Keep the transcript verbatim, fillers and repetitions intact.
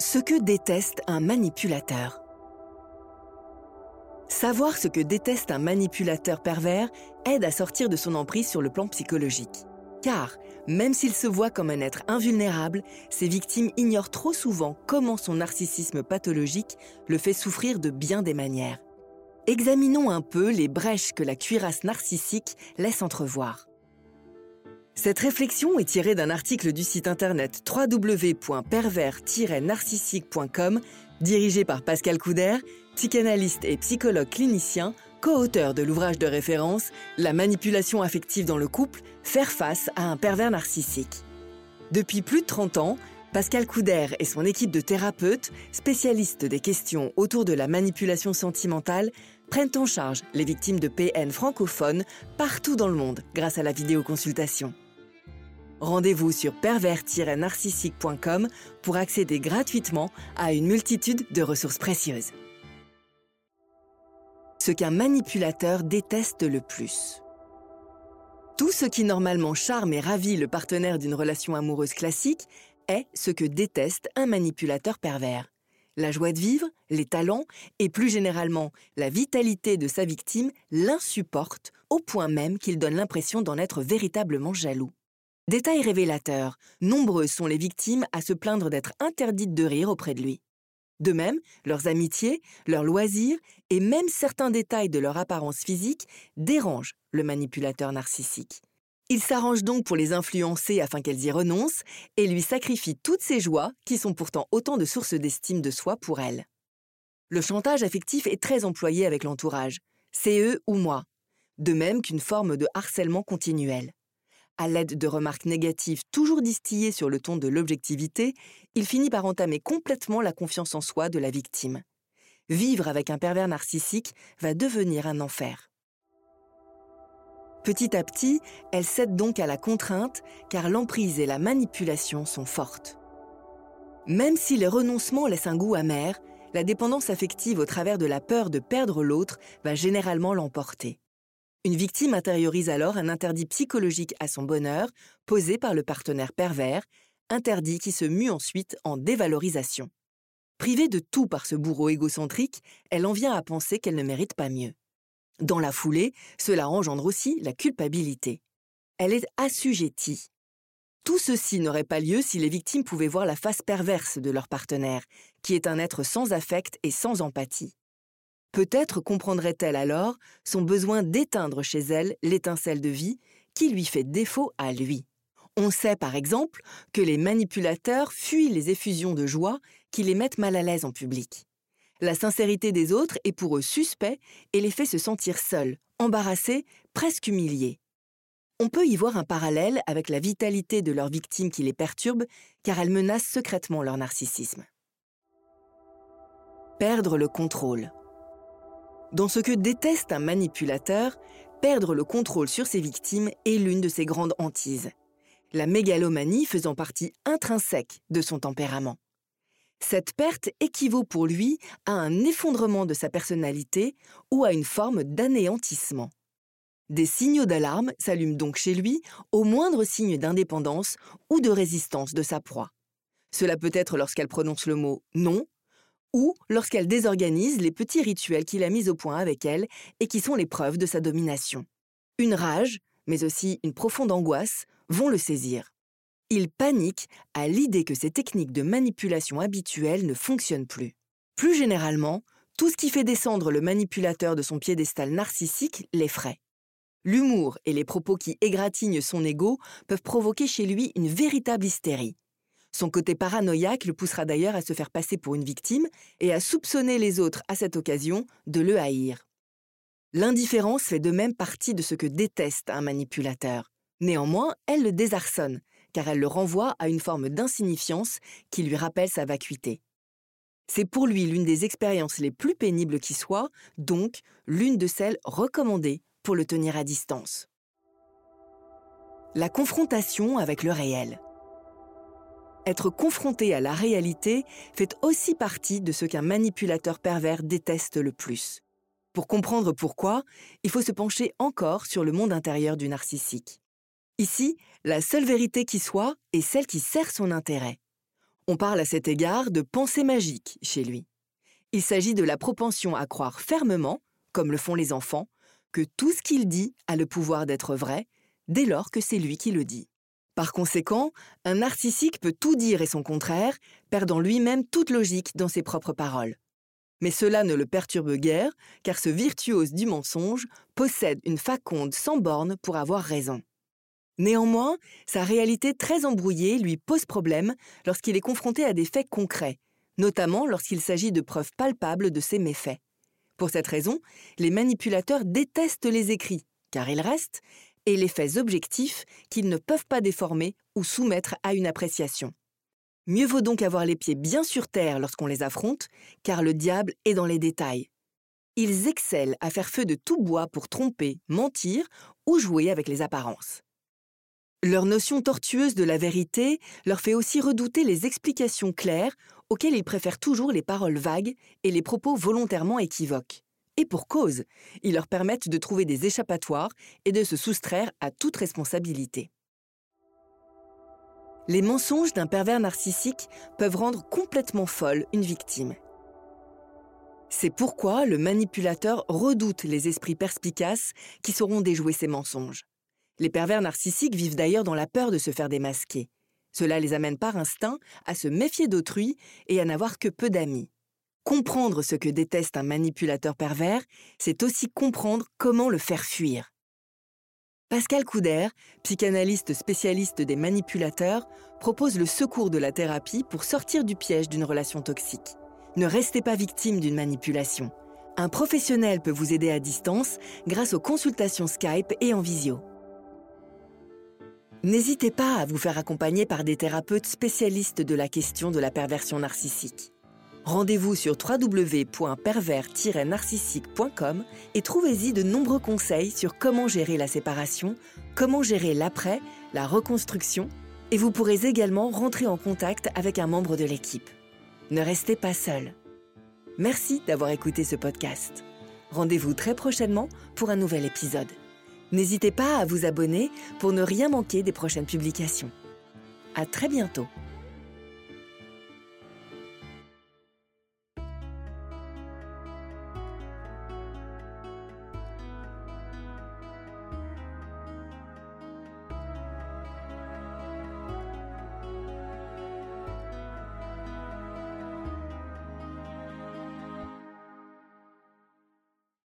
Ce que déteste un manipulateur. Savoir ce que déteste un manipulateur pervers aide à sortir de son emprise sur le plan psychologique. Car, même s'il se voit comme un être invulnérable, ses victimes ignorent trop souvent comment son narcissisme pathologique le fait souffrir de bien des manières. Examinons un peu les brèches que la cuirasse narcissique laisse entrevoir. Cette réflexion est tirée d'un article du site internet w w w point pervers tiret narcissique point com, dirigé par Pascal Couder, psychanalyste et psychologue clinicien, co-auteur de l'ouvrage de référence « La manipulation affective dans le couple, faire face à un pervers narcissique ». Depuis plus de trente ans, Pascal Couder et son équipe de thérapeutes, spécialistes des questions autour de la manipulation sentimentale, prennent en charge les victimes de P N francophones partout dans le monde grâce à la vidéoconsultation. Rendez-vous sur pervers tiret narcissique point com pour accéder gratuitement à une multitude de ressources précieuses. Ce qu'un manipulateur déteste le plus. Tout ce qui normalement charme et ravit le partenaire d'une relation amoureuse classique est ce que déteste un manipulateur pervers. La joie de vivre, les talents et plus généralement la vitalité de sa victime l'insupportent au point même qu'il donne l'impression d'en être véritablement jaloux. Détail révélateur, nombreuses sont les victimes à se plaindre d'être interdites de rire auprès de lui. De même, leurs amitiés, leurs loisirs et même certains détails de leur apparence physique dérangent le manipulateur narcissique. Il s'arrange donc pour les influencer afin qu'elles y renoncent et lui sacrifie toutes ces joies qui sont pourtant autant de sources d'estime de soi pour elles. Le chantage affectif est très employé avec l'entourage, c'est eux ou moi, de même qu'une forme de harcèlement continuel. À l'aide de remarques négatives toujours distillées sur le ton de l'objectivité, il finit par entamer complètement la confiance en soi de la victime. Vivre avec un pervers narcissique va devenir un enfer. Petit à petit, elle cède donc à la contrainte, car l'emprise et la manipulation sont fortes. Même si les renoncements laissent un goût amer, la dépendance affective au travers de la peur de perdre l'autre va généralement l'emporter. Une victime intériorise alors un interdit psychologique à son bonheur, posé par le partenaire pervers, interdit qui se mue ensuite en dévalorisation. Privée de tout par ce bourreau égocentrique, elle en vient à penser qu'elle ne mérite pas mieux. Dans la foulée, cela engendre aussi la culpabilité. Elle est assujettie. Tout ceci n'aurait pas lieu si les victimes pouvaient voir la face perverse de leur partenaire, qui est un être sans affect et sans empathie. Peut-être comprendrait-elle alors son besoin d'éteindre chez elle l'étincelle de vie qui lui fait défaut à lui. On sait par exemple que les manipulateurs fuient les effusions de joie qui les mettent mal à l'aise en public. La sincérité des autres est pour eux suspect et les fait se sentir seuls, embarrassés, presque humiliés. On peut y voir un parallèle avec la vitalité de leurs victimes qui les perturbe car elles menacent secrètement leur narcissisme. Perdre le contrôle. Dans ce que déteste un manipulateur, perdre le contrôle sur ses victimes est l'une de ses grandes hantises. La mégalomanie faisant partie intrinsèque de son tempérament. Cette perte équivaut pour lui à un effondrement de sa personnalité ou à une forme d'anéantissement. Des signaux d'alarme s'allument donc chez lui au moindre signe d'indépendance ou de résistance de sa proie. Cela peut être lorsqu'elle prononce le mot « non » ou lorsqu'elle désorganise les petits rituels qu'il a mis au point avec elle et qui sont les preuves de sa domination. Une rage, mais aussi une profonde angoisse, vont le saisir. Il panique à l'idée que ces techniques de manipulation habituelles ne fonctionnent plus. Plus généralement, tout ce qui fait descendre le manipulateur de son piédestal narcissique l'effraie. L'humour et les propos qui égratignent son ego peuvent provoquer chez lui une véritable hystérie. Son côté paranoïaque le poussera d'ailleurs à se faire passer pour une victime et à soupçonner les autres à cette occasion de le haïr. L'indifférence fait de même partie de ce que déteste un manipulateur. Néanmoins, elle le désarçonne, car elle le renvoie à une forme d'insignifiance qui lui rappelle sa vacuité. C'est pour lui l'une des expériences les plus pénibles qui soit, donc l'une de celles recommandées pour le tenir à distance. La confrontation avec le réel. Être confronté à la réalité fait aussi partie de ce qu'un manipulateur pervers déteste le plus. Pour comprendre pourquoi, il faut se pencher encore sur le monde intérieur du narcissique. Ici, la seule vérité qui soit est celle qui sert son intérêt. On parle à cet égard de pensée magique chez lui. Il s'agit de la propension à croire fermement, comme le font les enfants, que tout ce qu'il dit a le pouvoir d'être vrai, dès lors que c'est lui qui le dit. Par conséquent, un narcissique peut tout dire et son contraire, perdant lui-même toute logique dans ses propres paroles. Mais cela ne le perturbe guère, car ce virtuose du mensonge possède une faconde sans borne pour avoir raison. Néanmoins, sa réalité très embrouillée lui pose problème lorsqu'il est confronté à des faits concrets, notamment lorsqu'il s'agit de preuves palpables de ses méfaits. Pour cette raison, les manipulateurs détestent les écrits, car ils restent, et les faits objectifs qu'ils ne peuvent pas déformer ou soumettre à une appréciation. Mieux vaut donc avoir les pieds bien sur terre lorsqu'on les affronte, car le diable est dans les détails. Ils excellent à faire feu de tout bois pour tromper, mentir ou jouer avec les apparences. Leur notion tortueuse de la vérité leur fait aussi redouter les explications claires auxquelles ils préfèrent toujours les paroles vagues et les propos volontairement équivoques. Et pour cause, ils leur permettent de trouver des échappatoires et de se soustraire à toute responsabilité. Les mensonges d'un pervers narcissique peuvent rendre complètement folle une victime. C'est pourquoi le manipulateur redoute les esprits perspicaces qui sauront déjouer ces mensonges. Les pervers narcissiques vivent d'ailleurs dans la peur de se faire démasquer. Cela les amène par instinct à se méfier d'autrui et à n'avoir que peu d'amis. Comprendre ce que déteste un manipulateur pervers, c'est aussi comprendre comment le faire fuir. Pascal Couder, psychanalyste spécialiste des manipulateurs, propose le secours de la thérapie pour sortir du piège d'une relation toxique. Ne restez pas victime d'une manipulation. Un professionnel peut vous aider à distance grâce aux consultations Skype et en visio. N'hésitez pas à vous faire accompagner par des thérapeutes spécialistes de la question de la perversion narcissique. Rendez-vous sur w w w point pervers tiret narcissique point com et trouvez-y de nombreux conseils sur comment gérer la séparation, comment gérer l'après, la reconstruction, et vous pourrez également rentrer en contact avec un membre de l'équipe. Ne restez pas seul. Merci d'avoir écouté ce podcast. Rendez-vous très prochainement pour un nouvel épisode. N'hésitez pas à vous abonner pour ne rien manquer des prochaines publications. À très bientôt.